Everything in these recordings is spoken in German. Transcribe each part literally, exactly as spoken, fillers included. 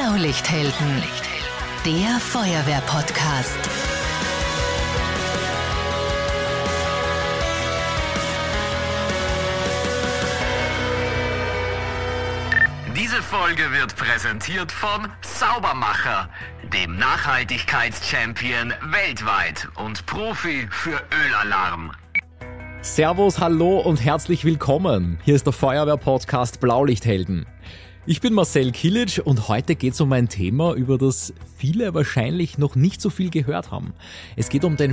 Blaulichthelden, der Feuerwehr-Podcast. Diese Folge wird präsentiert von Saubermacher, dem Nachhaltigkeitschampion weltweit und Profi für Ölalarm. Servus, hallo und herzlich willkommen. Hier ist der Feuerwehr-Podcast Blaulichthelden. Ich bin Marcel Kilic und heute geht es um ein Thema, über das viele wahrscheinlich noch nicht so viel gehört haben. Es geht um den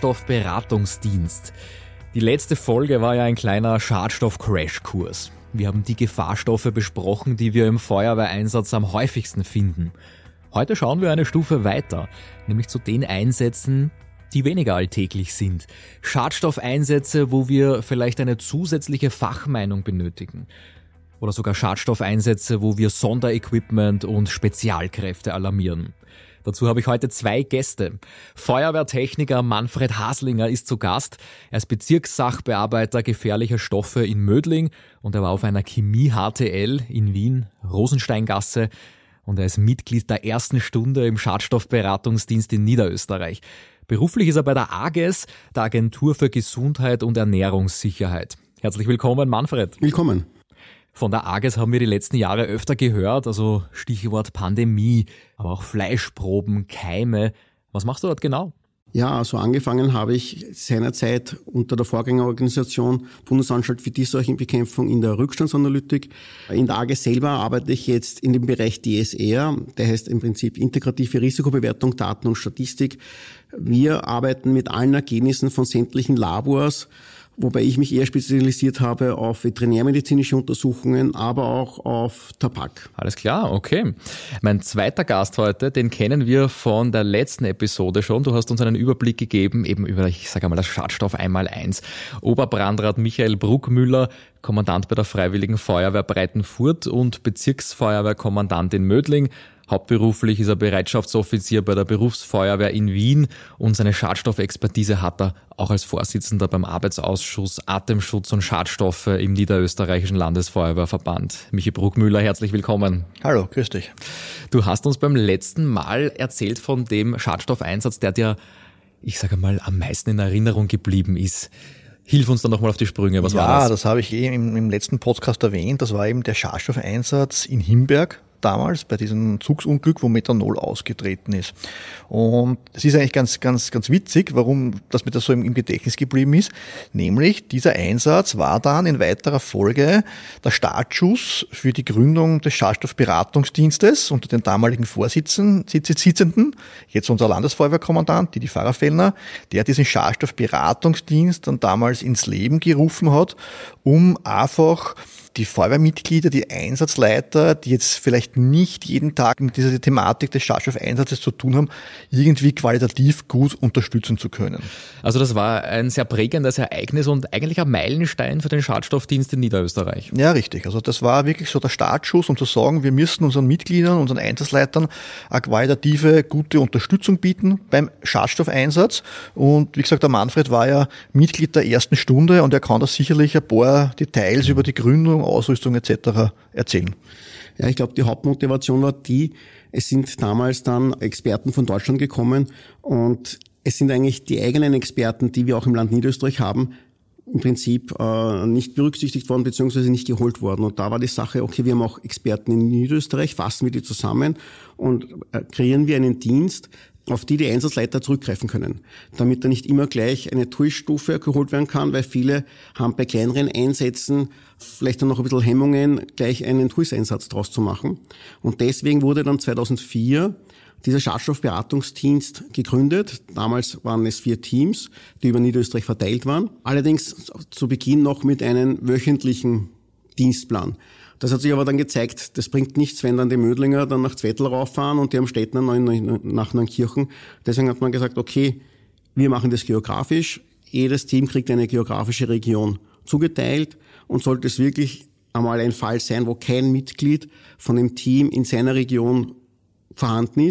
Schadstoffberatungsdienst. Die letzte Folge war ja ein kleiner Schadstoff-Crashkurs. Wir haben die Gefahrstoffe besprochen, die wir im Feuerwehreinsatz am häufigsten finden. Heute schauen wir eine Stufe weiter, nämlich zu den Einsätzen, die weniger alltäglich sind. Schadstoffeinsätze, wo wir vielleicht eine zusätzliche Fachmeinung benötigen. Oder sogar Schadstoffeinsätze, wo wir Sonderequipment und Spezialkräfte alarmieren. Dazu habe ich heute zwei Gäste. Feuerwehrtechniker Manfred Haslinger ist zu Gast. Er ist Bezirkssachbearbeiter gefährlicher Stoffe in Mödling und er war auf einer Chemie-H T L in Wien, Rosensteingasse, und er ist Mitglied der ersten Stunde im Schadstoffberatungsdienst in Niederösterreich. Beruflich ist er bei der A G E S, der Agentur für Gesundheit und Ernährungssicherheit. Herzlich willkommen, Manfred. Willkommen. Von der A G E S haben wir die letzten Jahre öfter gehört, also Stichwort Pandemie, aber auch Fleischproben, Keime. Was machst du dort genau? Ja, also angefangen habe ich seinerzeit unter der Vorgängerorganisation Bundesanstalt für Tierseuchenbekämpfung in der Rückstandsanalytik. In der A G E S selber arbeite ich jetzt in dem Bereich D S R, der heißt im Prinzip integrative Risikobewertung, Daten und Statistik. Wir arbeiten mit allen Ergebnissen von sämtlichen Labors, wobei ich mich eher spezialisiert habe auf veterinärmedizinische Untersuchungen, aber auch auf Tabak. Alles klar, okay. Mein zweiter Gast heute, den kennen wir von der letzten Episode schon. Du hast uns einen Überblick gegeben, eben über, ich sage einmal, das Schadstoff eins eins. Oberbrandrat Michael Bruckmüller, Kommandant bei der Freiwilligen Feuerwehr Breitenfurt und Bezirksfeuerwehrkommandant in Mödling. Hauptberuflich ist er Bereitschaftsoffizier bei der Berufsfeuerwehr in Wien und seine Schadstoffexpertise hat er auch als Vorsitzender beim Arbeitsausschuss Atemschutz und Schadstoffe im Niederösterreichischen Landesfeuerwehrverband. Michi Bruckmüller, herzlich willkommen. Hallo, grüß dich. Du hast uns beim letzten Mal erzählt von dem Schadstoffeinsatz, der dir, ich sage mal, am meisten in Erinnerung geblieben ist. Hilf uns dann nochmal auf die Sprünge, was ja, war das? Ja, das habe ich eh im, im letzten Podcast erwähnt. Das war eben der Schadstoffeinsatz in Himberg. Damals bei diesem Zugsunglück, wo Methanol ausgetreten ist. Und es ist eigentlich ganz, ganz, ganz witzig, warum das mir das so im, im Gedächtnis geblieben ist. Nämlich, dieser Einsatz war dann in weiterer Folge der Startschuss für die Gründung des Schadstoffberatungsdienstes unter den damaligen Vorsitzenden, jetzt unser Landesfeuerwehrkommandant, Didi Pfarrer-Fellner, der diesen Schadstoffberatungsdienst dann damals ins Leben gerufen hat, um einfach die Feuerwehrmitglieder, die Einsatzleiter, die jetzt vielleicht nicht jeden Tag mit dieser Thematik des Schadstoffeinsatzes zu tun haben, irgendwie qualitativ gut unterstützen zu können. Also das war ein sehr prägendes Ereignis und eigentlich ein Meilenstein für den Schadstoffdienst in Niederösterreich. Ja, richtig. Also das war wirklich so der Startschuss, um zu sagen, wir müssen unseren Mitgliedern, unseren Einsatzleitern eine qualitative, gute Unterstützung bieten beim Schadstoffeinsatz. Und wie gesagt, der Manfred war ja Mitglied der ersten Stunde und er kann da sicherlich ein paar Details über die Gründung, Ausrüstung et cetera erzählen. Ja, ich glaube, die Hauptmotivation war die, es sind damals dann Experten von Deutschland gekommen und es sind eigentlich die eigenen Experten, die wir auch im Land Niederösterreich haben, im Prinzip äh, nicht berücksichtigt worden bzw. nicht geholt worden. Und da war die Sache, okay, wir haben auch Experten in Niederösterreich, fassen wir die zusammen und äh, kreieren wir einen Dienst, auf die die Einsatzleiter zurückgreifen können, damit da nicht immer gleich eine T U I-Stufe geholt werden kann, weil viele haben bei kleineren Einsätzen vielleicht dann noch ein bisschen Hemmungen, gleich einen T U I S-Einsatz draus zu machen. Und deswegen wurde dann zweitausendvier dieser Schadstoffberatungsdienst gegründet. Damals waren es vier Teams, die über Niederösterreich verteilt waren. Allerdings zu Beginn noch mit einem wöchentlichen Dienstplan. Das hat sich aber dann gezeigt, das bringt nichts, wenn dann die Mödlinger dann nach Zwettl rauffahren und die am Städtner nach Neunkirchen. Deswegen hat man gesagt, okay, wir machen das geografisch. Jedes Team kriegt eine geografische Region zugeteilt und sollte es wirklich einmal ein Fall sein, wo kein Mitglied von dem Team in seiner Region vorhanden ist,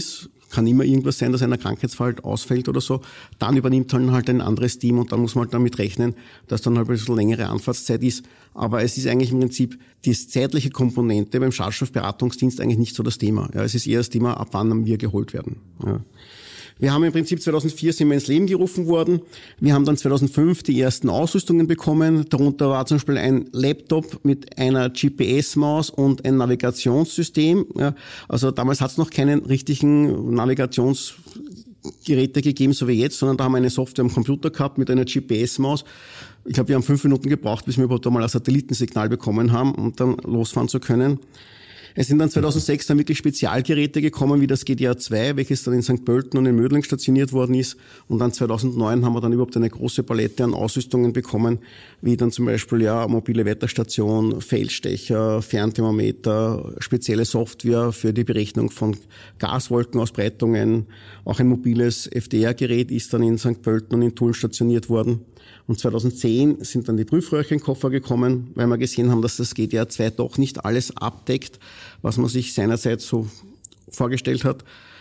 kann immer irgendwas sein, dass einer Krankheitsfall ausfällt oder so. Dann übernimmt dann halt ein anderes Team und dann muss man halt damit rechnen, dass dann halt ein bisschen längere Anfahrtszeit ist. Aber es ist eigentlich im Prinzip die zeitliche Komponente beim Schadstoffberatungsdienst eigentlich nicht so das Thema. Ja, es ist eher das Thema, ab wann wir geholt werden. Ja. Wir haben im Prinzip zweitausendvier sind wir ins Leben gerufen worden. Wir haben dann zweitausendfünf die ersten Ausrüstungen bekommen. Darunter war zum Beispiel ein Laptop mit einer G P S-Maus und ein Navigationssystem. Ja, also damals hat es noch keinen richtigen Navigationsgeräte gegeben, so wie jetzt, sondern da haben wir eine Software am Computer gehabt mit einer G P S-Maus. Ich glaube, wir haben fünf Minuten gebraucht, bis wir überhaupt einmal ein Satellitensignal bekommen haben, um dann losfahren zu können. Es sind dann zweitausendsechs dann wirklich Spezialgeräte gekommen, wie das G D A zwei, welches dann in Sankt Pölten und in Mödling stationiert worden ist. Und dann zweitausendneun haben wir dann überhaupt eine große Palette an Ausrüstungen bekommen, wie dann zum Beispiel ja mobile Wetterstation, Feldstecher, Fernthermometer, spezielle Software für die Berechnung von Gaswolkenausbreitungen. Auch ein mobiles F D R-Gerät ist dann in Sankt Pölten und in Tulln stationiert worden. Und zweitausendzehn sind dann die Prüfröhrchenkoffer gekommen, weil wir gesehen haben, dass das G D A zwei doch nicht alles abdeckt, was man sich seinerzeit so vorgestellt hat.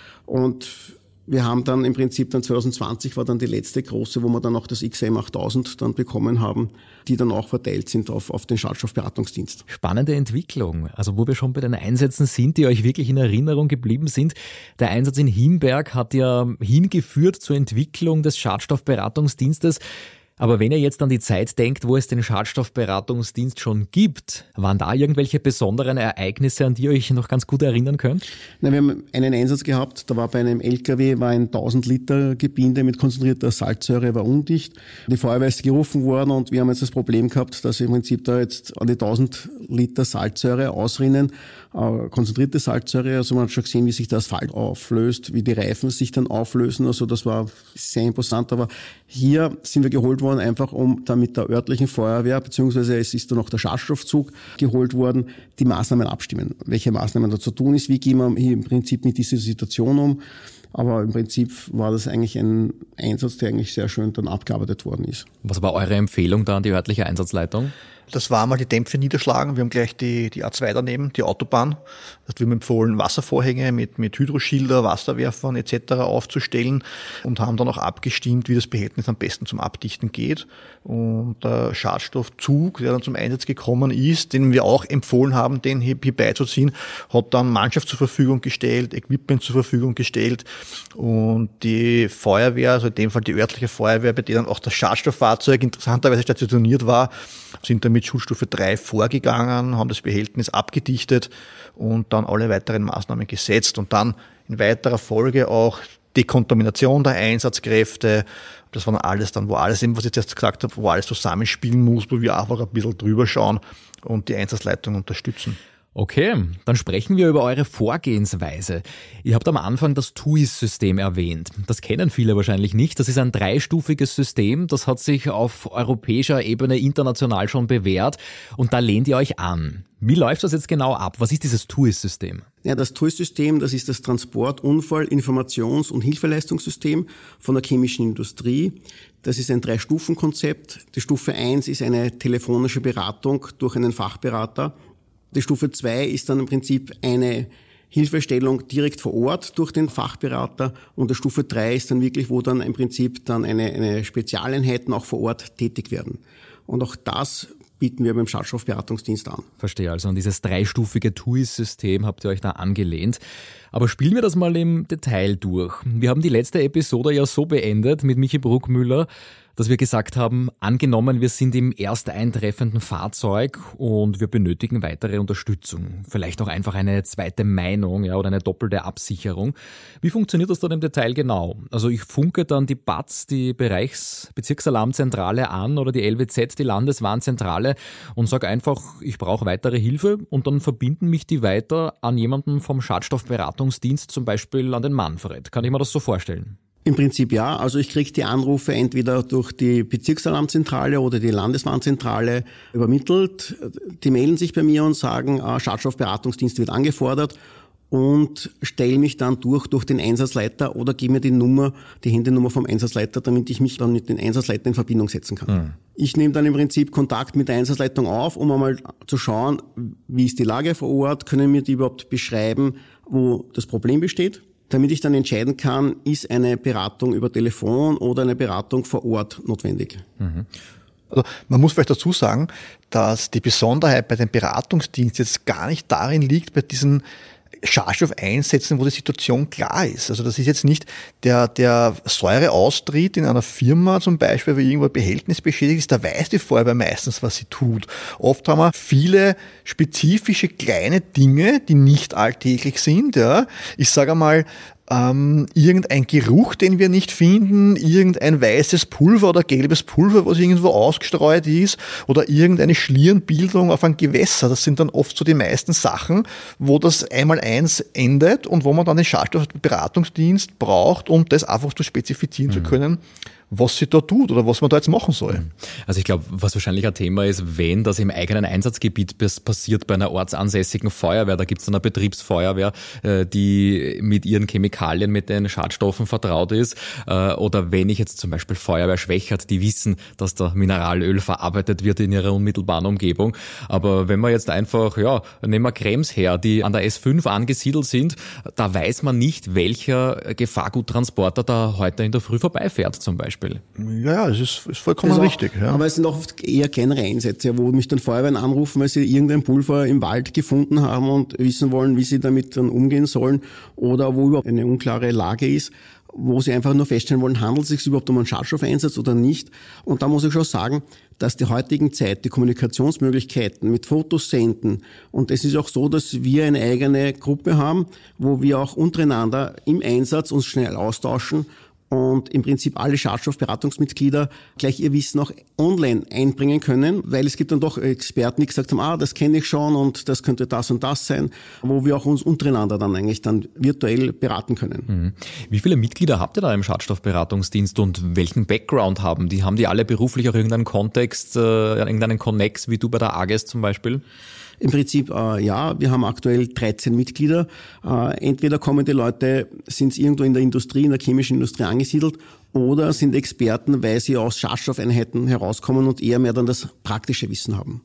Und wir haben dann im Prinzip dann zweitausendzwanzig war dann die letzte große, wo wir dann auch das X M achttausend dann bekommen haben, die dann auch verteilt sind auf, auf den Schadstoffberatungsdienst. Spannende Entwicklung. Also wo wir schon bei den Einsätzen sind, die euch wirklich in Erinnerung geblieben sind. Der Einsatz in Himberg hat ja hingeführt zur Entwicklung des Schadstoffberatungsdienstes. Aber wenn ihr jetzt an die Zeit denkt, wo es den Schadstoffberatungsdienst schon gibt, waren da irgendwelche besonderen Ereignisse, an die ihr euch noch ganz gut erinnern könnt? Na, wir haben einen Einsatz gehabt, da war bei einem L K W war ein tausend Liter Gebinde mit konzentrierter Salzsäure, war undicht. Die Feuerwehr ist gerufen worden und wir haben jetzt das Problem gehabt, dass im Prinzip da jetzt an die tausend Liter Salzsäure ausrinnen, äh, konzentrierte Salzsäure. Also man hat schon gesehen, wie sich der Asphalt auflöst, wie die Reifen sich dann auflösen. Also das war sehr imposant. Aber hier sind wir geholt worden, einfach um dann mit der örtlichen Feuerwehr, beziehungsweise es ist dann auch der Schadstoffzug geholt worden, die Maßnahmen abstimmen. Welche Maßnahmen da zu tun ist, wie gehen wir hier im Prinzip mit dieser Situation um. Aber im Prinzip war das eigentlich ein Einsatz, der eigentlich sehr schön dann abgearbeitet worden ist. Was war eure Empfehlung da an die örtliche Einsatzleitung? Das war mal die Dämpfe niederschlagen. Wir haben gleich die, die A zwei daneben, die Autobahn. Das wir haben empfohlen, Wasservorhänge mit, mit Hydroschilder, Wasserwerfern et cetera aufzustellen und haben dann auch abgestimmt, wie das Behältnis am besten zum Abdichten geht. Und der Schadstoffzug, der dann zum Einsatz gekommen ist, den wir auch empfohlen haben, den hier, hier beizuziehen, hat dann Mannschaft zur Verfügung gestellt, Equipment zur Verfügung gestellt und die Feuerwehr, also in dem Fall die örtliche Feuerwehr, bei der dann auch das Schadstofffahrzeug interessanterweise stationiert war, sind dann mit Schulstufe drei vorgegangen, haben das Behältnis abgedichtet und dann alle weiteren Maßnahmen gesetzt und dann in weiterer Folge auch Dekontamination der Einsatzkräfte. Das war dann alles dann, wo alles eben, was ich jetzt gesagt habe, wo alles zusammenspielen muss, wo wir einfach ein bisschen drüber schauen und die Einsatzleitung unterstützen. Okay, dann sprechen wir über eure Vorgehensweise. Ihr habt am Anfang das T U I S-System erwähnt. Das kennen viele wahrscheinlich nicht. Das ist ein dreistufiges System, das hat sich auf europäischer Ebene international schon bewährt und da lehnt ihr euch an. Wie läuft das jetzt genau ab? Was ist dieses T U I S-System? Ja, das T U I S-System, das ist das Transport-, Unfall-, Informations- und Hilfeleistungssystem von der chemischen Industrie. Das ist ein Drei-Stufen-Konzept. Die Stufe eins ist eine telefonische Beratung durch einen Fachberater. Die Stufe zwei ist dann im Prinzip eine Hilfestellung direkt vor Ort durch den Fachberater und die Stufe drei ist dann wirklich, wo dann im Prinzip dann eine, eine Spezialeinheiten auch vor Ort tätig werden. Und auch das bieten wir beim Schadstoffberatungsdienst an. Verstehe, also an dieses dreistufige T U I S-System habt ihr euch da angelehnt. Aber spielen wir das mal im Detail durch. Wir haben die letzte Episode ja so beendet mit Michi Bruckmüller, dass wir gesagt haben, angenommen, wir sind im erst eintreffenden Fahrzeug und wir benötigen weitere Unterstützung. Vielleicht auch einfach eine zweite Meinung, ja, oder eine doppelte Absicherung. Wie funktioniert das dann im Detail genau? Also ich funke dann die B A Z, die Bereichsbezirksalarmzentrale an oder die L W Z, die Landeswarnzentrale und sage einfach, ich brauche weitere Hilfe und dann verbinden mich die weiter an jemanden vom Schadstoffberatungsdienst, zum Beispiel an den Manfred. Kann ich mir das so vorstellen? Im Prinzip ja. Also ich kriege die Anrufe entweder durch die Bezirksalarmzentrale oder die Landeswarnzentrale übermittelt. Die melden sich bei mir und sagen, Schadstoffberatungsdienst wird angefordert und stelle mich dann durch durch den Einsatzleiter oder gebe mir die Nummer, die Handynummer vom Einsatzleiter, damit ich mich dann mit den Einsatzleitern in Verbindung setzen kann. Mhm. Ich nehme dann im Prinzip Kontakt mit der Einsatzleitung auf, um einmal zu schauen, wie ist die Lage vor Ort, können mir die überhaupt beschreiben, wo das Problem besteht. damit ich dann entscheiden kann, ist eine Beratung über Telefon oder eine Beratung vor Ort notwendig. Mhm. Also man muss vielleicht dazu sagen, dass die Besonderheit bei dem Beratungsdienst jetzt gar nicht darin liegt, bei diesen Schadstoffeinsätzen, wo die Situation klar ist. Also das ist jetzt nicht der, der Säureaustritt in einer Firma zum Beispiel, wo irgendwo ein Behältnis beschädigt ist, da weiß die Feuerwehr meistens, was sie tut. Oft haben wir viele spezifische kleine Dinge, die nicht alltäglich sind. Ja. Ich sage einmal, Ähm, irgendein Geruch, den wir nicht finden, irgendein weißes Pulver oder gelbes Pulver, was irgendwo ausgestreut ist, oder irgendeine Schlierenbildung auf ein Gewässer. Das sind dann oft so die meisten Sachen, wo das einmal eins endet und wo man dann den Schadstoffberatungsdienst braucht, um das einfach zu spezifizieren mhm. zu können, was sie da tut oder was man da jetzt machen soll. Also ich glaube, was wahrscheinlich ein Thema ist, wenn das im eigenen Einsatzgebiet passiert bei einer ortsansässigen Feuerwehr, da gibt es dann eine Betriebsfeuerwehr, die mit ihren Chemikalien, mit den Schadstoffen vertraut ist, oder wenn ich jetzt zum Beispiel Feuerwehr Schwächert, die wissen, dass da Mineralöl verarbeitet wird in ihrer unmittelbaren Umgebung. Aber wenn man jetzt einfach, ja, nehmen wir Krems her, die an der S fünf angesiedelt sind, da weiß man nicht, welcher Gefahrguttransporter da heute in der Früh vorbeifährt zum Beispiel. Ja, ja, das ist, ist vollkommen auch, richtig. Ja. Aber es sind auch oft eher kleinere Einsätze, wo mich dann Feuerwehren anrufen, weil sie irgendein Pulver im Wald gefunden haben und wissen wollen, wie sie damit dann umgehen sollen, oder wo überhaupt eine unklare Lage ist, wo sie einfach nur feststellen wollen, handelt es sich überhaupt um einen Schadstoffeinsatz oder nicht. Und da muss ich schon sagen, dass die heutigen Zeit, die Kommunikationsmöglichkeiten mit Fotos senden, und es ist auch so, dass wir eine eigene Gruppe haben, wo wir auch untereinander im Einsatz uns schnell austauschen und im Prinzip alle Schadstoffberatungsmitglieder gleich ihr Wissen auch online einbringen können, weil es gibt dann doch Experten, die gesagt haben, ah, das kenne ich schon und das könnte das und das sein, wo wir auch uns untereinander dann eigentlich dann virtuell beraten können. Mhm. Wie viele Mitglieder habt ihr da im Schadstoffberatungsdienst und welchen Background haben die? Haben die alle beruflich auch irgendeinen Kontext, äh, irgendeinen Connex, wie du bei der A G E S zum Beispiel? Im Prinzip, äh, ja, wir haben aktuell dreizehn Mitglieder. Äh, entweder kommen die Leute, sind sie irgendwo in der Industrie, in der chemischen Industrie angesiedelt, oder sind Experten, weil sie aus Schadstoffeinheiten herauskommen und eher mehr dann das praktische Wissen haben.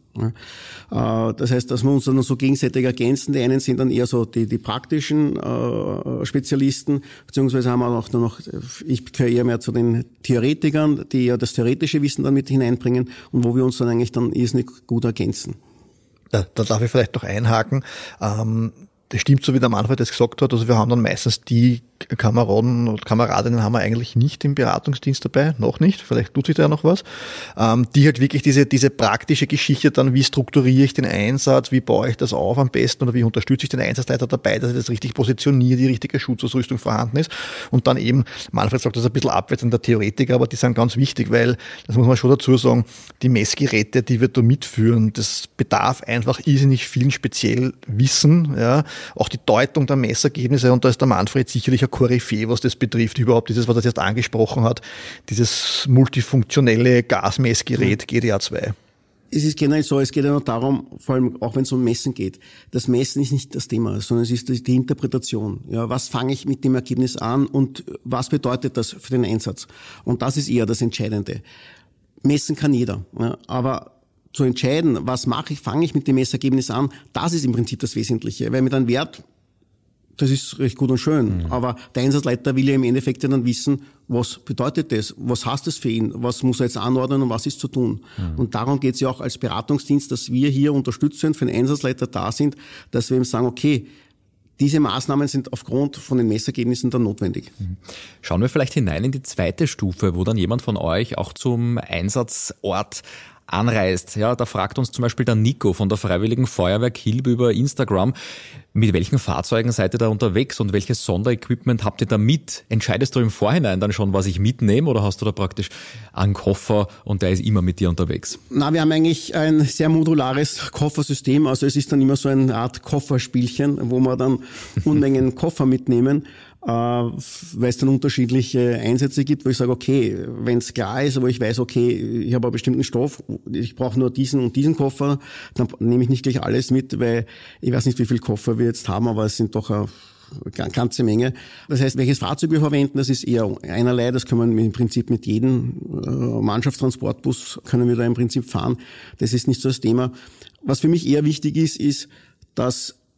Ja. Äh, das heißt, dass wir uns dann so gegenseitig ergänzen. Die einen sind dann eher so die, die praktischen äh, Spezialisten, beziehungsweise haben wir auch dann noch, ich gehöre eher mehr zu den Theoretikern, die ja das theoretische Wissen dann mit hineinbringen und wo wir uns dann eigentlich dann irrsinnig gut ergänzen. Da, da darf ich vielleicht noch einhaken. Ähm, das stimmt, so wie der Manfred das gesagt hat. Also wir haben dann meistens die Kameraden und Kameradinnen haben wir eigentlich nicht im Beratungsdienst dabei, noch nicht, vielleicht tut sich da noch was, ähm, die halt wirklich diese diese praktische Geschichte dann, wie strukturiere ich den Einsatz, wie baue ich das auf am besten oder wie unterstütze ich den Einsatzleiter dabei, dass er das richtig positioniert, die richtige Schutzausrüstung vorhanden ist und dann eben, Manfred sagt das ein bisschen abwärts an der Theoretiker, aber die sind ganz wichtig, weil, das muss man schon dazu sagen, die Messgeräte, die wir da mitführen, das bedarf einfach irrsinnig vielen speziell Wissen, ja, auch die Deutung der Messergebnisse und da ist der Manfred sicherlich ein Koryphäe, was das betrifft, überhaupt dieses, was er jetzt angesprochen hat, dieses multifunktionelle Gasmessgerät G D A zwei. Es ist generell so, es geht ja noch darum, vor allem auch wenn es um Messen geht, das Messen ist nicht das Thema, sondern es ist die Interpretation. Ja, was fange ich mit dem Ergebnis an und was bedeutet das für den Einsatz? Und das ist eher das Entscheidende. Messen kann jeder, ja, aber zu entscheiden, was mache ich, fange ich mit dem Messergebnis an, das ist im Prinzip das Wesentliche, weil mit einem Wert, das ist recht gut und schön, mhm. aber der Einsatzleiter will ja im Endeffekt ja dann wissen, was bedeutet das, was heißt das für ihn, was muss er jetzt anordnen und was ist zu tun. Mhm. Und darum geht es ja auch als Beratungsdienst, dass wir hier unterstützend für den Einsatzleiter da sind, dass wir ihm sagen, okay, diese Maßnahmen sind aufgrund von den Messergebnissen dann notwendig. Schauen wir vielleicht hinein in die zweite Stufe, wo dann jemand von euch auch zum Einsatzort anreist. Ja, da fragt uns zum Beispiel der Nico von der Freiwilligen Feuerwehr Kilb über Instagram, mit welchen Fahrzeugen seid ihr da unterwegs und welches Sonderequipment habt ihr da mit? Entscheidest du im Vorhinein dann schon, was ich mitnehme, oder hast du da praktisch einen Koffer und der ist immer mit dir unterwegs? Na, wir haben eigentlich ein sehr modulares Koffersystem, also es ist dann immer so eine Art Kofferspielchen, wo wir dann Unmengen Koffer mitnehmen, äh, weil es dann unterschiedliche Einsätze gibt, wo ich sage, okay, wenn es klar ist, wo ich weiß, okay, ich habe einen bestimmten Stoff, ich brauche nur diesen und diesen Koffer, dann nehme ich nicht gleich alles mit, weil ich weiß nicht, wie viel Koffer wir jetzt haben, aber es sind doch eine ganze Menge. Das heißt, welches Fahrzeug wir verwenden, das ist eher einerlei, das können wir im Prinzip mit jedem Mannschaftstransportbus können wir da im Prinzip fahren. Das ist nicht so das Thema. Was für mich eher wichtig ist, ist, dass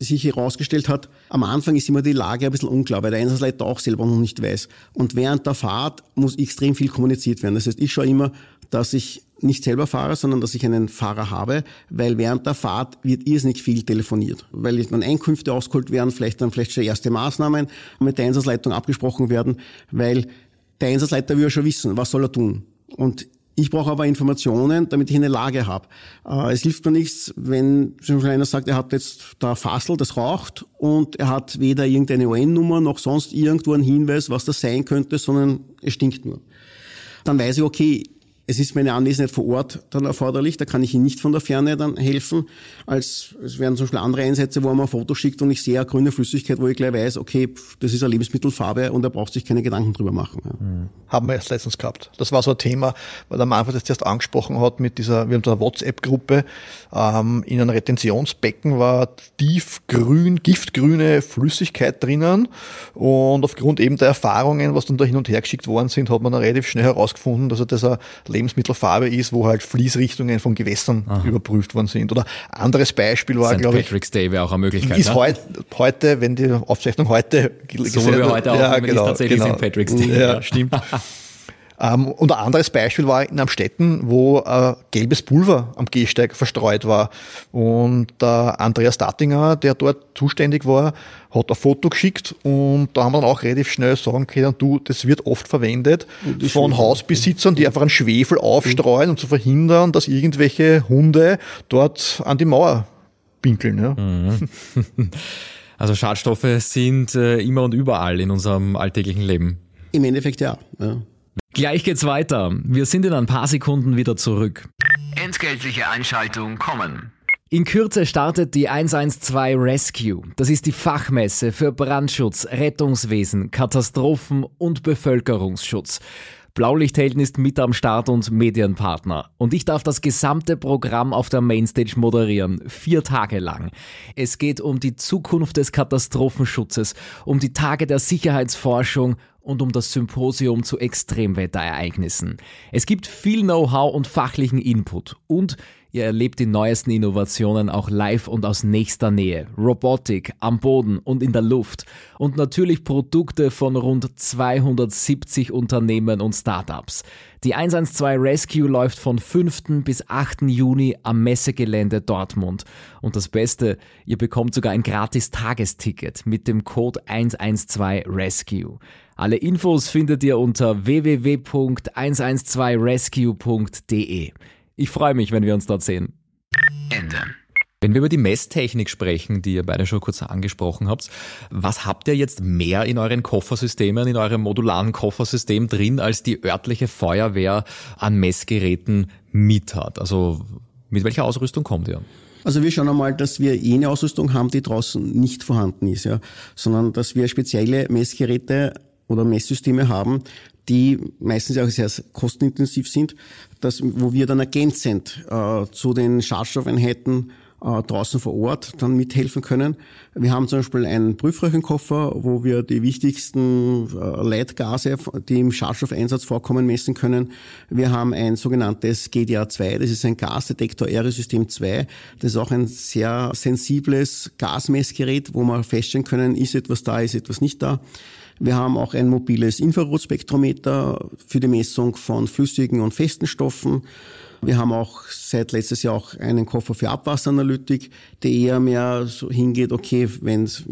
sich herausgestellt hat, am Anfang ist immer die Lage ein bisschen unklar, weil der Einsatzleiter auch selber noch nicht weiß. Und während der Fahrt muss extrem viel kommuniziert werden. Das heißt, ich schaue immer, dass ich nicht selber fahre, sondern dass ich einen Fahrer habe, weil während der Fahrt wird irrsinnig viel telefoniert, weil dann Einkünfte ausgeholt werden, vielleicht dann vielleicht schon erste Maßnahmen mit der Einsatzleitung abgesprochen werden, weil der Einsatzleiter will ja schon wissen, was soll er tun. Und ich brauche aber Informationen, damit ich eine Lage habe. Äh, es hilft mir nichts, wenn zum Beispiel einer sagt, er hat jetzt da Fassel, das raucht und er hat weder irgendeine O N-Nummer noch sonst irgendwo einen Hinweis, was das sein könnte, sondern es stinkt nur. Dann weiß ich, okay, es ist meine Anwesenheit vor Ort dann erforderlich, da kann ich Ihnen nicht von der Ferne dann helfen, als es werden zum Beispiel andere Einsätze, wo man ein Foto schickt und ich sehe eine grüne Flüssigkeit, wo ich gleich weiß, okay, das ist eine Lebensmittelfarbe und er braucht sich keine Gedanken drüber machen. Ja. Mhm. Haben wir erst letztens gehabt. Das war so ein Thema, weil der Manfred das zuerst angesprochen hat mit dieser, wir haben so eine WhatsApp-Gruppe, ähm, in einem Retentionsbecken war tiefgrün, giftgrüne Flüssigkeit drinnen und aufgrund eben der Erfahrungen, was dann da hin und her geschickt worden sind, hat man dann relativ schnell herausgefunden, dass er das eine Lebensmittelfarbe ist, wo halt Fließrichtungen von Gewässern Aha. überprüft worden sind. Oder anderes Beispiel war, glaube ich... Sankt Patrick's Day wäre auch eine Möglichkeit. Ist ne? heut, heute, wenn die Aufzeichnung heute... So wie wir heute ja, aufnehmen, genau, ist tatsächlich genau. Sankt Patrick's Day. Ja, ja. Stimmt. Um, und ein anderes Beispiel war in Amstetten, wo äh, gelbes Pulver am Gehsteig verstreut war. Und der Andreas Dattinger, der dort zuständig war, hat ein Foto geschickt und da haben wir dann auch relativ schnell sagen können, du, das wird oft verwendet von Schwefel. Hausbesitzern, die einfach einen Schwefel aufstreuen, um zu verhindern, dass irgendwelche Hunde dort an die Mauer pinkeln. Ja. Mhm. Also Schadstoffe sind äh, immer und überall in unserem alltäglichen Leben. Im Endeffekt ja. ja. Gleich geht's weiter. Wir sind in ein paar Sekunden wieder zurück. Entgeltliche Einschaltung kommen. In Kürze startet die eins eins zwei Rescue. Das ist die Fachmesse für Brandschutz, Rettungswesen, Katastrophen und Bevölkerungsschutz. Blaulichthelden ist mit am Start und Medienpartner. Und ich darf das gesamte Programm auf der Mainstage moderieren. Vier Tage lang. Es geht um die Zukunft des Katastrophenschutzes, um die Tage der Sicherheitsforschung und um das Symposium zu Extremwetterereignissen. Es gibt viel Know-how und fachlichen Input. Und ihr erlebt die neuesten Innovationen auch live und aus nächster Nähe. Robotik am Boden und in der Luft. Und natürlich Produkte von rund zweihundertsiebzig Unternehmen und Startups. Die eins eins zwei Rescue läuft von fünften bis achten Juni am Messegelände Dortmund. Und das Beste, ihr bekommt sogar ein gratis Tagesticket mit dem Code eins eins zwei Rescue. Alle Infos findet ihr unter w w w punkt eins eins zwei rescue punkt d e. Ich freue mich, wenn wir uns dort sehen. Ende. Wenn wir über die Messtechnik sprechen, die ihr beide schon kurz angesprochen habt, was habt ihr jetzt mehr in euren Koffersystemen, in eurem modularen Koffersystem drin, als die örtliche Feuerwehr an Messgeräten mit hat? Also mit welcher Ausrüstung kommt ihr? Also wir schauen einmal, dass wir jene Ausrüstung haben, die draußen nicht vorhanden ist, ja, sondern dass wir spezielle Messgeräte oder Messsysteme haben, die meistens auch sehr kostenintensiv sind, dass, wo wir dann ergänzend äh, zu den Schadstoffeinheiten äh, draußen vor Ort dann mithelfen können. Wir haben zum Beispiel einen Prüfröhrchenkoffer, wo wir die wichtigsten äh, Leitgase, die im Schadstoffeinsatz vorkommen, messen können. Wir haben ein sogenanntes G D A zwei, das ist ein Gasdetektor-Aerosystem zwei. Das ist auch ein sehr sensibles Gasmessgerät, wo wir feststellen können, ist etwas da, ist etwas nicht da. Wir haben auch ein mobiles Infrarotspektrometer für die Messung von flüssigen und festen Stoffen. Wir haben auch seit letztes Jahr auch einen Koffer für Abwasseranalytik, der eher mehr so hingeht, okay, wenn es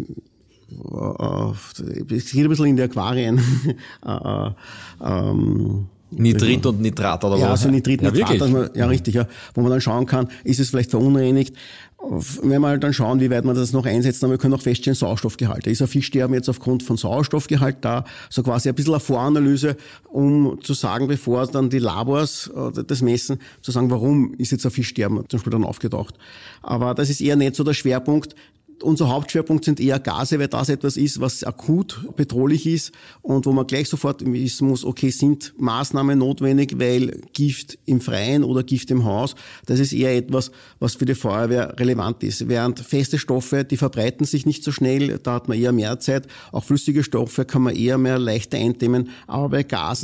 äh, es geht ein bisschen in die Aquarien. äh, ähm, Nitrit und Nitrat oder was? Ja, also Nitrit, ja, Nitrat, dass man, ja richtig, ja, wo man dann schauen kann, ist es vielleicht verunreinigt. Wenn wir halt dann schauen, wie weit man das noch einsetzen, aber wir können auch feststellen, Sauerstoffgehalt. Da ist ein Fischsterben jetzt aufgrund von Sauerstoffgehalt da, so quasi ein bisschen eine Voranalyse, um zu sagen, bevor dann die Labors äh, das messen, zu sagen, warum ist jetzt ein Fischsterben zum Beispiel dann aufgetaucht. Aber das ist eher nicht so der Schwerpunkt. Unser Hauptschwerpunkt sind eher Gase, weil das etwas ist, was akut bedrohlich ist und wo man gleich sofort wissen muss, okay, sind Maßnahmen notwendig, weil Gift im Freien oder Gift im Haus, das ist eher etwas, was für die Feuerwehr relevant ist. Während feste Stoffe, die verbreiten sich nicht so schnell, da hat man eher mehr Zeit. Auch flüssige Stoffe kann man eher mehr leichter eindämmen, aber bei Gasen,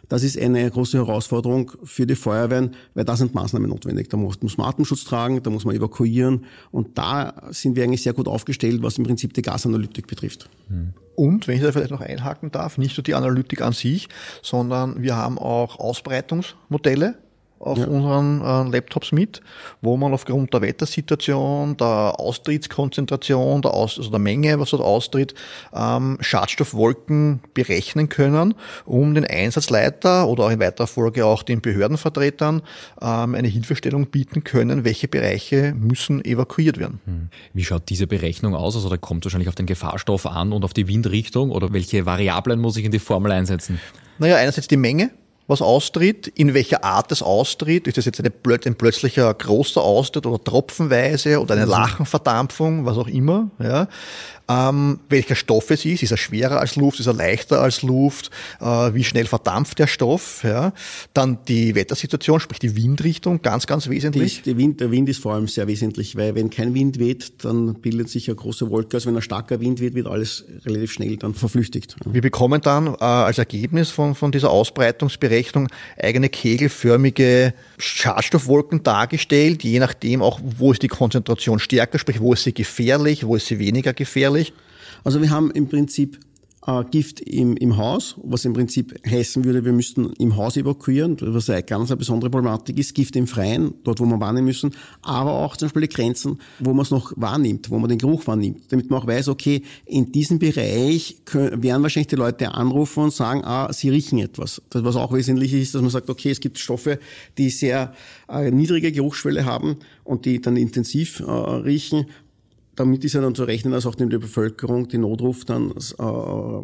Das ist eine große Herausforderung für die Feuerwehren, weil da sind Maßnahmen notwendig. Da muss, muss man Atemschutz tragen, da muss man evakuieren und da sind wir eigentlich sehr gut aufgestellt, was im Prinzip die Gasanalytik betrifft. Und, wenn ich da vielleicht noch einhaken darf, nicht nur die Analytik an sich, sondern wir haben auch Ausbreitungsmodelle auf ja. unseren äh, Laptops mit, wo man aufgrund der Wettersituation, der Austrittskonzentration, der, Aus, also der Menge, was dort austritt, ähm, Schadstoffwolken berechnen können, um den Einsatzleiter oder auch in weiterer Folge auch den Behördenvertretern ähm, eine Hilfestellung bieten können, welche Bereiche müssen evakuiert werden. Wie schaut diese Berechnung aus? Also da kommt wahrscheinlich auf den Gefahrstoff an und auf die Windrichtung oder welche Variablen muss ich in die Formel einsetzen? Naja, einerseits die Menge, was austritt, in welcher Art es austritt. Ist das jetzt eine, ein plötzlicher großer Austritt oder tropfenweise oder eine Lachenverdampfung, was auch immer, ja. Ähm, welcher Stoff es ist, ist er schwerer als Luft, ist er leichter als Luft, äh, wie schnell verdampft der Stoff, ja. Dann die Wettersituation, sprich die Windrichtung, ganz, ganz wesentlich. Die, die Wind, der Wind ist vor allem sehr wesentlich, weil wenn kein Wind weht, dann bildet sich eine große Wolke. Also wenn ein starker Wind weht, wird alles relativ schnell dann verflüchtigt. Wir bekommen dann äh, als Ergebnis von, von dieser Ausbreitungsberechnung eigene kegelförmige Schadstoffwolken dargestellt, je nachdem auch, wo ist die Konzentration stärker, sprich wo ist sie gefährlich, wo ist sie weniger gefährlich. Also wir haben im Prinzip äh, Gift im, im Haus, was im Prinzip heißen würde, wir müssten im Haus evakuieren, was eine ganz eine besondere Problematik ist. Gift im Freien, dort wo wir wahrnehmen müssen, aber auch zum Beispiel die Grenzen, wo man es noch wahrnimmt, wo man den Geruch wahrnimmt, damit man auch weiß, okay, in diesem Bereich können, werden wahrscheinlich die Leute anrufen und sagen, ah, sie riechen etwas. Das, was auch wesentlich ist, dass man sagt, okay, es gibt Stoffe, die sehr äh, niedrige Geruchsschwelle haben und die dann intensiv äh, riechen. Damit ist ja dann zu rechnen, dass auch die Bevölkerung den Notruf dann äh, äh,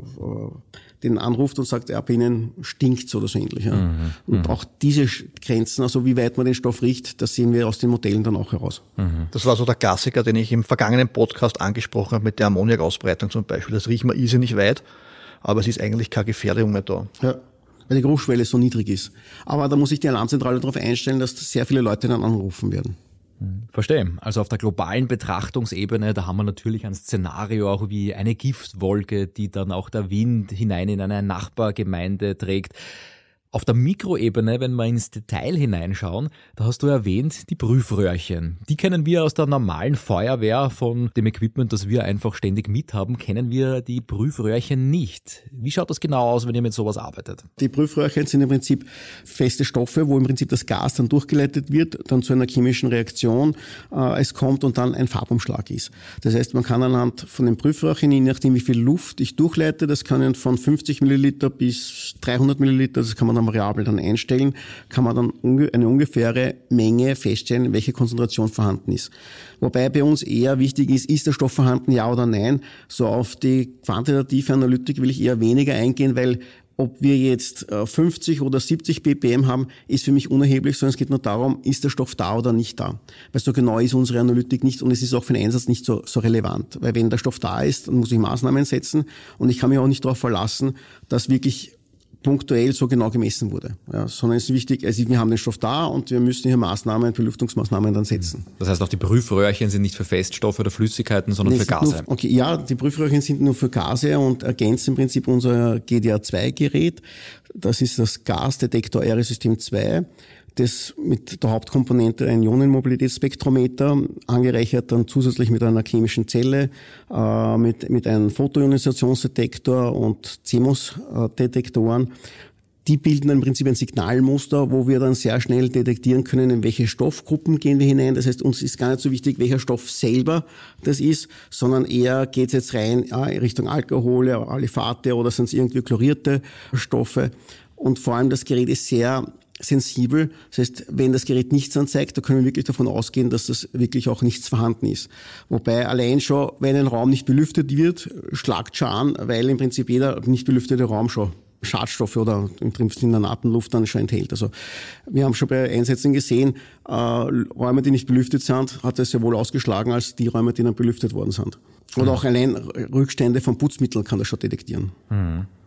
den anruft und sagt, ja, bei Ihnen stinkt's oder so ähnlich. Ja. Mhm, und auch diese Grenzen, also wie weit man den Stoff riecht, das sehen wir aus den Modellen dann auch heraus. Mhm. Das war so der Klassiker, den ich im vergangenen Podcast angesprochen habe mit der Ammoniakausbreitung zum Beispiel. Das riecht man irrsinnig weit, aber es ist eigentlich keine Gefährdung mehr da. Ja. Weil die Geruchsschwelle so niedrig ist. Aber da muss sich die Alarmzentrale darauf einstellen, dass sehr viele Leute dann anrufen werden. Verstehe. Also auf der globalen Betrachtungsebene, da haben wir natürlich ein Szenario auch wie eine Giftwolke, die dann auch der Wind hinein in eine Nachbargemeinde trägt. Auf der Mikroebene, wenn wir ins Detail hineinschauen, da hast du erwähnt, die Prüfröhrchen. Die kennen wir aus der normalen Feuerwehr, von dem Equipment, das wir einfach ständig mithaben, kennen wir die Prüfröhrchen nicht. Wie schaut das genau aus, wenn ihr mit sowas arbeitet? Die Prüfröhrchen sind im Prinzip feste Stoffe, wo im Prinzip das Gas dann durchgeleitet wird, dann zu einer chemischen Reaktion äh, es kommt und dann ein Farbumschlag ist. Das heißt, man kann anhand von den Prüfröhrchen, je nachdem wie viel Luft ich durchleite, das können von fünfzig Milliliter bis dreihundert Milliliter, das kann man dann variabel dann einstellen, kann man dann eine ungefähre Menge feststellen, welche Konzentration vorhanden ist. Wobei bei uns eher wichtig ist, ist der Stoff vorhanden, ja oder nein. So auf die quantitative Analytik will ich eher weniger eingehen, weil ob wir jetzt fünfzig oder siebzig ppm haben, ist für mich unerheblich, sondern es geht nur darum, ist der Stoff da oder nicht da. Weil so genau ist unsere Analytik nicht und es ist auch für den Einsatz nicht so, so relevant. Weil wenn der Stoff da ist, dann muss ich Maßnahmen setzen und ich kann mich auch nicht darauf verlassen, dass wirklich punktuell so genau gemessen wurde. Ja, sondern es ist wichtig, also wir haben den Stoff da und wir müssen hier Maßnahmen, Belüftungsmaßnahmen dann setzen. Das heißt, auch die Prüfröhrchen sind nicht für Feststoffe oder Flüssigkeiten, sondern nee, für Gase. Nur, okay, ja, die Prüfröhrchen sind nur für Gase und ergänzen im Prinzip unser G D A zwei Gerät. Das ist das Gasdetektor Aerosystem zwei. Das mit der Hauptkomponente ein Ionenmobilitätsspektrometer, angereichert dann zusätzlich mit einer chemischen Zelle, äh, mit, mit einem Photoionisationsdetektor und C M O S-Detektoren. Die bilden im Prinzip ein Signalmuster, wo wir dann sehr schnell detektieren können, in welche Stoffgruppen gehen wir hinein. Das heißt, uns ist gar nicht so wichtig, welcher Stoff selber das ist, sondern eher geht es jetzt rein ja, in Richtung Alkohol, Aliphaate oder sind es irgendwie chlorierte Stoffe. Und vor allem das Gerät ist sehr sensibel. Das heißt, wenn das Gerät nichts anzeigt, da können wir wirklich davon ausgehen, dass das wirklich auch nichts vorhanden ist. Wobei allein schon, wenn ein Raum nicht belüftet wird, schlagt schon an, weil im Prinzip jeder nicht belüftete Raum schon Schadstoffe oder im Prinzip in der Atemluft dann schon enthält. Also wir haben schon bei Einsätzen gesehen, äh, Räume, die nicht belüftet sind, hat es ja wohl ausgeschlagen als die Räume, die dann belüftet worden sind. Oder mhm. auch allein Rückstände von Putzmitteln kann das schon detektieren. Mhm.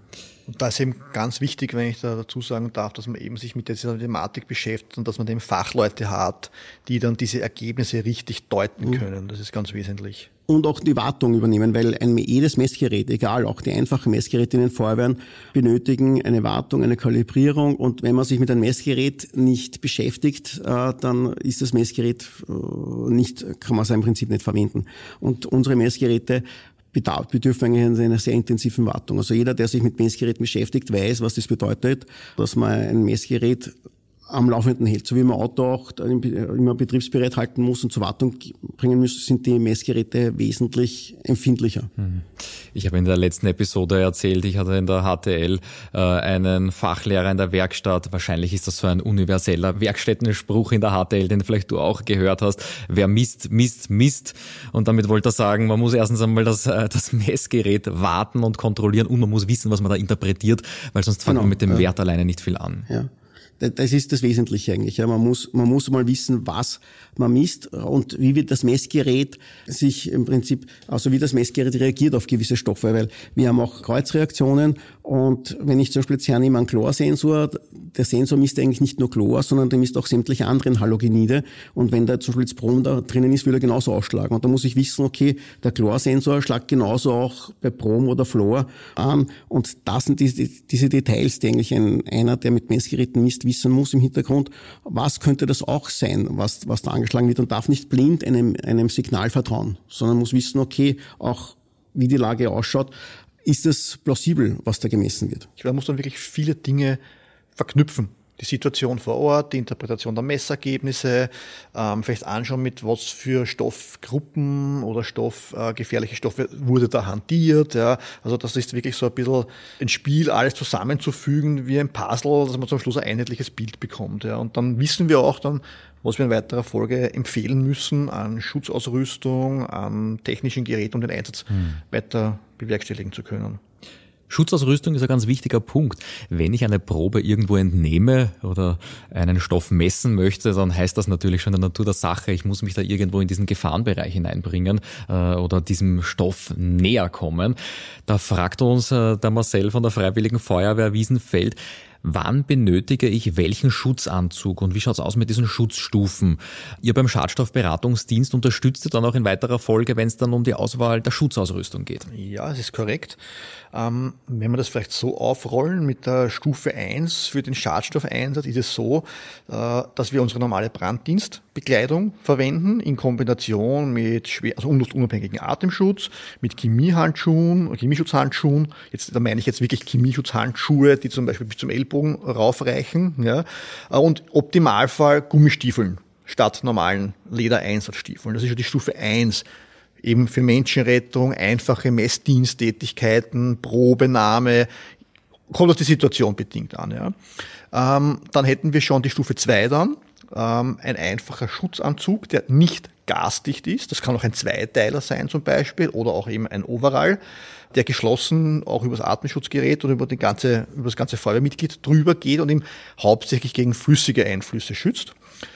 Und da ist eben ganz wichtig, wenn ich da dazu sagen darf, dass man eben sich mit dieser Thematik beschäftigt und dass man eben Fachleute hat, die dann diese Ergebnisse richtig deuten können. Das ist ganz wesentlich. Und auch die Wartung übernehmen, weil ein jedes Messgerät, egal, auch die einfachen Messgeräte in den Feuerwehren, benötigen eine Wartung, eine Kalibrierung. Und wenn man sich mit einem Messgerät nicht beschäftigt, dann ist das Messgerät nicht, kann man es im Prinzip nicht verwenden. Und unsere Messgeräte bedürfen eigentlich einer sehr intensiven Wartung. Also jeder, der sich mit Messgeräten beschäftigt, weiß, was das bedeutet, dass man ein Messgerät am Laufenden hält. So wie man Auto auch immer betriebsbereit halten muss und zur Wartung bringen muss, sind die Messgeräte wesentlich empfindlicher. Ich habe in der letzten Episode erzählt, ich hatte in der H T L äh, einen Fachlehrer in der Werkstatt. Wahrscheinlich ist das so ein universeller Werkstättenspruch in der H T L, den vielleicht du auch gehört hast. Wer misst, misst, misst. Und damit wollte er sagen, man muss erstens einmal das, äh, das Messgerät warten und kontrollieren und man muss wissen, was man da interpretiert, weil sonst fängt Genau, man mit dem ja. Wert alleine nicht viel an. Ja. Das ist das Wesentliche eigentlich. Ja, man muss, man muss mal wissen, was man misst und wie wird das Messgerät sich im Prinzip, also wie das Messgerät reagiert auf gewisse Stoffe, weil wir haben auch Kreuzreaktionen und wenn ich zum Beispiel jetzt hernehme einen Chlorsensor, der Sensor misst eigentlich nicht nur Chlor, sondern der misst auch sämtliche anderen Halogenide und wenn da zum Beispiel jetzt Brom da drinnen ist, will er genauso ausschlagen und da muss ich wissen, okay, der Chlorsensor schlagt genauso auch bei Brom oder Fluor an und das sind diese, diese Details, die eigentlich ein, einer, der mit Messgeräten misst, wissen muss im Hintergrund, was könnte das auch sein, was, was da angeschlagen wird und darf nicht blind einem, einem Signal vertrauen, sondern muss wissen, okay, auch wie die Lage ausschaut, ist es plausibel, was da gemessen wird. Ich glaube, man muss dann wirklich viele Dinge verknüpfen. Die Situation vor Ort, die Interpretation der Messergebnisse, ähm, vielleicht anschauen, mit was für Stoffgruppen oder Stoff, äh, gefährliche Stoffe wurde da hantiert. Ja. Also das ist wirklich so ein bisschen ein Spiel, alles zusammenzufügen wie ein Puzzle, dass man zum Schluss ein einheitliches Bild bekommt. Ja. Und dann wissen wir auch dann, was wir in weiterer Folge empfehlen müssen an Schutzausrüstung, an technischen Geräten, um den Einsatz hm. weiter bewerkstelligen zu können. Schutzausrüstung ist ein ganz wichtiger Punkt. Wenn ich eine Probe irgendwo entnehme oder einen Stoff messen möchte, dann heißt das natürlich schon in der Natur der Sache, ich muss mich da irgendwo in diesen Gefahrenbereich hineinbringen äh, oder diesem Stoff näher kommen. Da fragt uns äh, der Marcel von der Freiwilligen Feuerwehr Wiesenfeld, wann benötige ich welchen Schutzanzug und wie schaut's aus mit diesen Schutzstufen? Ihr beim Schadstoffberatungsdienst unterstützt ihr dann auch in weiterer Folge, wenn es dann um die Auswahl der Schutzausrüstung geht? Ja, es ist korrekt. Ähm, wenn wir das vielleicht so aufrollen mit der Stufe eins für den Schadstoffeinsatz, ist es so, äh, dass wir unsere normale Branddienstbekleidung verwenden in Kombination mit schwer, also unluftunabhängigen Atemschutz, mit Chemiehandschuhen, Chemieschutzhandschuhen. Jetzt, da meine ich jetzt wirklich Chemieschutzhandschuhe, die zum Beispiel bis zum Ellbogen raufreichen, ja, und Optimalfall Gummistiefeln statt normalen Ledereinsatzstiefeln. Das ist ja die Stufe eins. Eben für Menschenrettung, einfache Messdiensttätigkeiten, Probenahme, kommt auf die Situation bedingt an. Ja. Ähm, dann hätten wir schon die Stufe zwei dann, ähm, ein einfacher Schutzanzug, der nicht gasdicht ist. Das kann auch ein Zweiteiler sein zum Beispiel oder auch eben ein Overall, der geschlossen auch über das Atemschutzgerät oder über, die ganze, über das ganze Feuerwehrmitglied drüber geht und ihm hauptsächlich gegen flüssige Einflüsse schützt.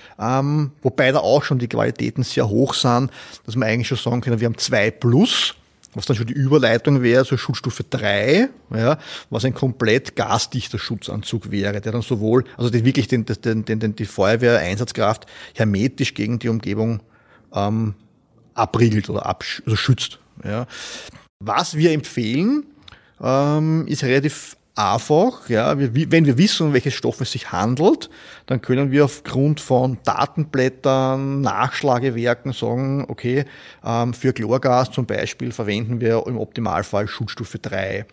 Ähm, wobei da auch schon die Qualitäten sehr hoch sind, dass man eigentlich schon sagen können, wir haben zwei plus, was dann schon die Überleitung wäre, so Schutzstufe drei, ja, was ein komplett gasdichter Schutzanzug wäre, der dann sowohl, also den, wirklich den, den, den, den, die Feuerwehr-Einsatzkraft hermetisch gegen die Umgebung ähm, abriegelt oder absch- also schützt. Ja. Was wir empfehlen, ähm, ist relativ einfach, ja, wir, wenn wir wissen, um welches Stoff es sich handelt, dann können wir aufgrund von Datenblättern, Nachschlagewerken sagen, okay, ähm, für Chlorgas zum Beispiel verwenden wir im Optimalfall Schutzstufe drei.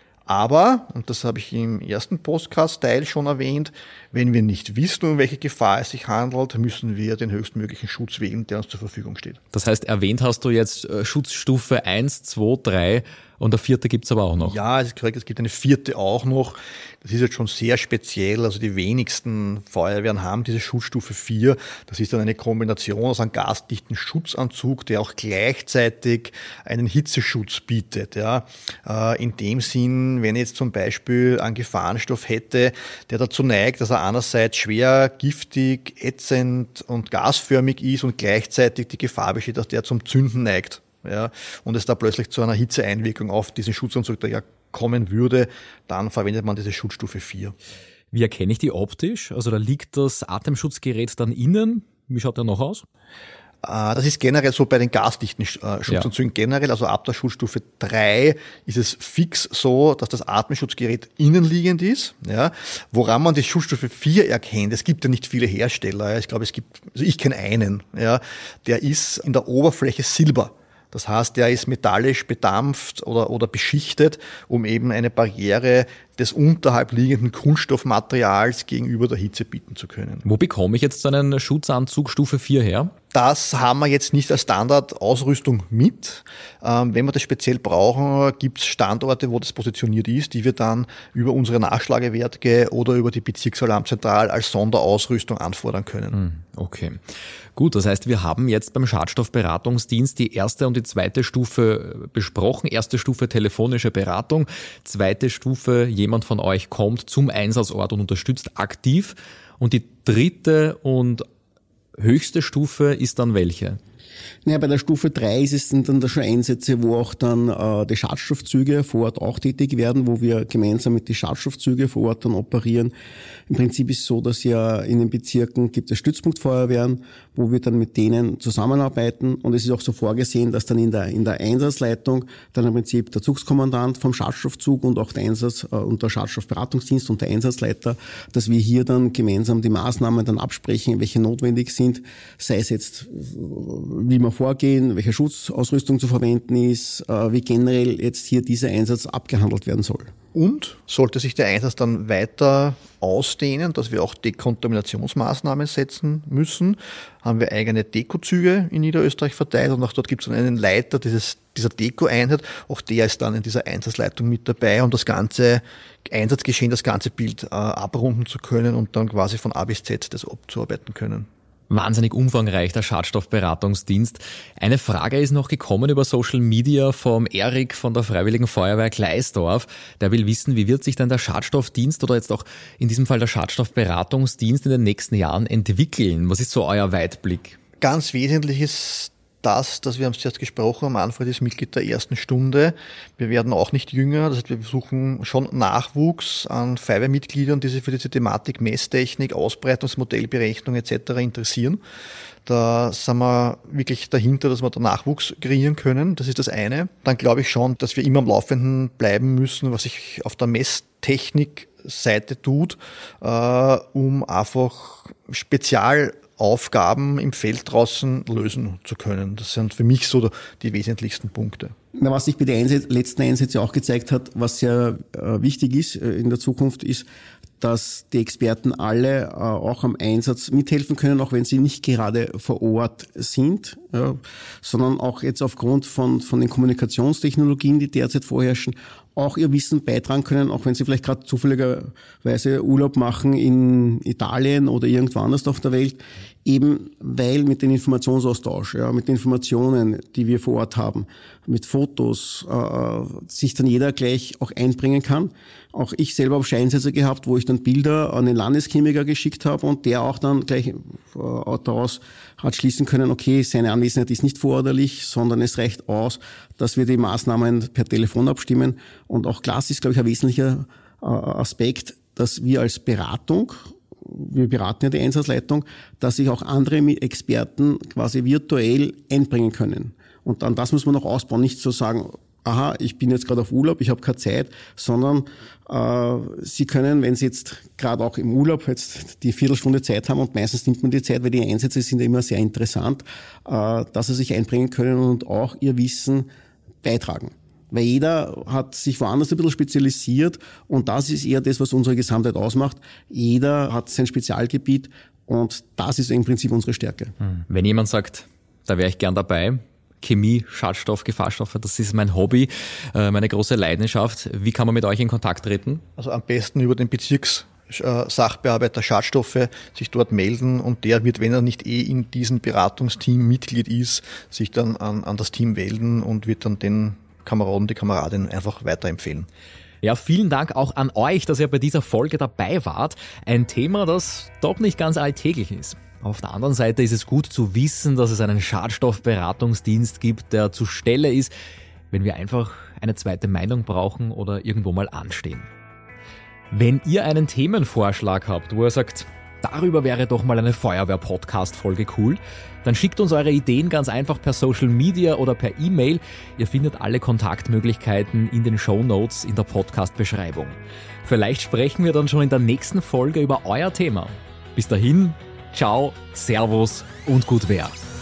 Aber, und das habe ich im ersten Podcast-Teil schon erwähnt, wenn wir nicht wissen, um welche Gefahr es sich handelt, müssen wir den höchstmöglichen Schutz wählen, der uns zur Verfügung steht. Das heißt, erwähnt hast du jetzt äh, Schutzstufe eins, zwei, drei und der vierte gibt's aber auch noch. Ja, es ist korrekt, es gibt eine vierte auch noch. Das ist jetzt schon sehr speziell, also die wenigsten Feuerwehren haben diese Schutzstufe vier. Das ist dann eine Kombination aus einem gasdichten Schutzanzug, der auch gleichzeitig einen Hitzeschutz bietet. Ja. Äh, in dem Sinn, wenn ich jetzt zum Beispiel einen Gefahrenstoff hätte, der dazu neigt, dass er einerseits schwer, giftig, ätzend und gasförmig ist und gleichzeitig die Gefahr besteht, dass der zum Zünden neigt. ja, und es da plötzlich zu einer Hitzeeinwirkung auf diesen Schutzanzugträger kommen würde, dann verwendet man diese Schutzstufe vier. Wie erkenne ich die optisch? Also da liegt das Atemschutzgerät dann innen. Wie schaut der noch aus? Das ist generell so bei den gasdichten Schutzanzügen ja. generell, also ab der Schutzstufe drei ist es fix so, dass das Atemschutzgerät innenliegend ist. Ja. Woran man die Schutzstufe vier erkennt, es gibt ja nicht viele Hersteller, ich glaube es gibt, also ich kenne einen, ja, der ist in der Oberfläche Silber. Das heißt, der ist metallisch bedampft oder, oder beschichtet, um eben eine Barriere des unterhalb liegenden Kunststoffmaterials gegenüber der Hitze bieten zu können. Wo bekomme ich jetzt so einen Schutzanzug Stufe vier her? Das haben wir jetzt nicht als Standardausrüstung mit. Ähm, wenn wir das speziell brauchen, gibt es Standorte, wo das positioniert ist, die wir dann über unsere Nachschlagewerke oder über die Bezirksalarmzentrale als Sonderausrüstung anfordern können. Okay. Gut, das heißt, wir haben jetzt beim Schadstoffberatungsdienst die erste und die zweite Stufe besprochen. Erste Stufe telefonische Beratung, zweite Stufe jemand von euch kommt zum Einsatzort und unterstützt aktiv. Und die dritte und höchste Stufe ist dann welche? Naja, bei der Stufe drei ist es dann da schon Einsätze, wo auch dann äh, die Schadstoffzüge vor Ort auch tätig werden, wo wir gemeinsam mit den Schadstoffzügen vor Ort dann operieren. Im Prinzip ist es so, dass ja in den Bezirken gibt es Stützpunktfeuerwehren, wo wir dann mit denen zusammenarbeiten, und es ist auch so vorgesehen, dass dann in der in der Einsatzleitung dann im Prinzip der Zugskommandant vom Schadstoffzug und auch der Einsatz äh, und der Schadstoffberatungsdienst und der Einsatzleiter, dass wir hier dann gemeinsam die Maßnahmen dann absprechen, welche notwendig sind, sei es jetzt wie man vorgehen, welche Schutzausrüstung zu verwenden ist, äh, wie generell jetzt hier dieser Einsatz abgehandelt werden soll. Und sollte sich der Einsatz dann weiter ausdehnen, dass wir auch Dekontaminationsmaßnahmen setzen müssen, haben wir eigene Dekozüge in Niederösterreich verteilt, und auch dort gibt es dann einen Leiter dieses, dieser Deko-Einheit. Auch der ist dann in dieser Einsatzleitung mit dabei, um das ganze Einsatzgeschehen, das ganze Bild äh, abrunden zu können und dann quasi von A bis Z das abzuarbeiten können. Wahnsinnig umfangreich, der Schadstoffberatungsdienst. Eine Frage ist noch gekommen über Social Media vom Erik von der Freiwilligen Feuerwehr Gleisdorf. Der will wissen, wie wird sich denn der Schadstoffdienst oder jetzt auch in diesem Fall der Schadstoffberatungsdienst in den nächsten Jahren entwickeln? Was ist so euer Weitblick? Ganz wesentlich ist das, dass wir haben es zuerst gesprochen, Manfred ist Mitglied der ersten Stunde. Wir werden auch nicht jünger, das heißt, wir suchen schon Nachwuchs an Feuerwehrmitgliedern, die sich für diese Thematik Messtechnik, Ausbreitungsmodellberechnung et cetera interessieren. Da sind wir wirklich dahinter, dass wir da Nachwuchs kreieren können. Das ist das eine. Dann glaube ich schon, dass wir immer am Laufenden bleiben müssen, was sich auf der Messtechnik-Seite tut, äh, um einfach Spezial Aufgaben im Feld draußen lösen zu können. Das sind für mich so die wesentlichsten Punkte. Na, was sich bei den Einsatz, letzten Einsätzen auch gezeigt hat, was sehr äh, wichtig ist äh, in der Zukunft, ist, dass die Experten alle äh, auch am Einsatz mithelfen können, auch wenn sie nicht gerade vor Ort sind, ja, sondern auch jetzt aufgrund von, von den Kommunikationstechnologien, die derzeit vorherrschen, auch ihr Wissen beitragen können, auch wenn sie vielleicht gerade zufälligerweise Urlaub machen in Italien oder irgendwo anders auf der Welt, eben weil mit dem Informationsaustausch, ja, mit den Informationen, die wir vor Ort haben, mit Fotos, äh, sich dann jeder gleich auch einbringen kann. Auch ich selber habe schon Einsätze gehabt, wo ich dann Bilder an den Landeschemiker geschickt habe und der auch dann gleich äh, daraus hat schließen können, okay, seine Anwesenheit ist nicht forderlich, sondern es reicht aus, dass wir die Maßnahmen per Telefon abstimmen. Und auch Glas ist, glaube ich, ein wesentlicher äh, Aspekt, dass wir als Beratung, wir beraten ja die Einsatzleitung, dass sich auch andere Experten quasi virtuell einbringen können. Und dann das muss man noch ausbauen, nicht so sagen, aha, ich bin jetzt gerade auf Urlaub, ich habe keine Zeit, sondern äh, Sie können, wenn Sie jetzt gerade auch im Urlaub jetzt die Viertelstunde Zeit haben, und meistens nimmt man die Zeit, weil die Einsätze sind ja immer sehr interessant, äh, dass Sie sich einbringen können und auch Ihr Wissen beitragen. Weil jeder hat sich woanders ein bisschen spezialisiert, und das ist eher das, was unsere Gesamtheit ausmacht. Jeder hat sein Spezialgebiet, und das ist im Prinzip unsere Stärke. Wenn jemand sagt, da wäre ich gern dabei, Chemie, Schadstoff, Gefahrstoffe, das ist mein Hobby, meine große Leidenschaft. Wie kann man mit euch in Kontakt treten? Also am besten über den Bezirkssachbearbeiter Schadstoffe sich dort melden, und der wird, wenn er nicht eh in diesem Beratungsteam Mitglied ist, sich dann an, an das Team melden und wird dann den Kameraden, die Kameradin einfach weiterempfehlen. Ja, vielen Dank auch an euch, dass ihr bei dieser Folge dabei wart. Ein Thema, das doch nicht ganz alltäglich ist. Auf der anderen Seite ist es gut zu wissen, dass es einen Schadstoffberatungsdienst gibt, der zur Stelle ist, wenn wir einfach eine zweite Meinung brauchen oder irgendwo mal anstehen. Wenn ihr einen Themenvorschlag habt, wo ihr sagt, darüber wäre doch mal eine Feuerwehr-Podcast-Folge cool, dann schickt uns eure Ideen ganz einfach per Social Media oder per E-Mail. Ihr findet alle Kontaktmöglichkeiten in den Shownotes in der Podcast-Beschreibung. Vielleicht sprechen wir dann schon in der nächsten Folge über euer Thema. Bis dahin, ciao, servus und gut Wehr.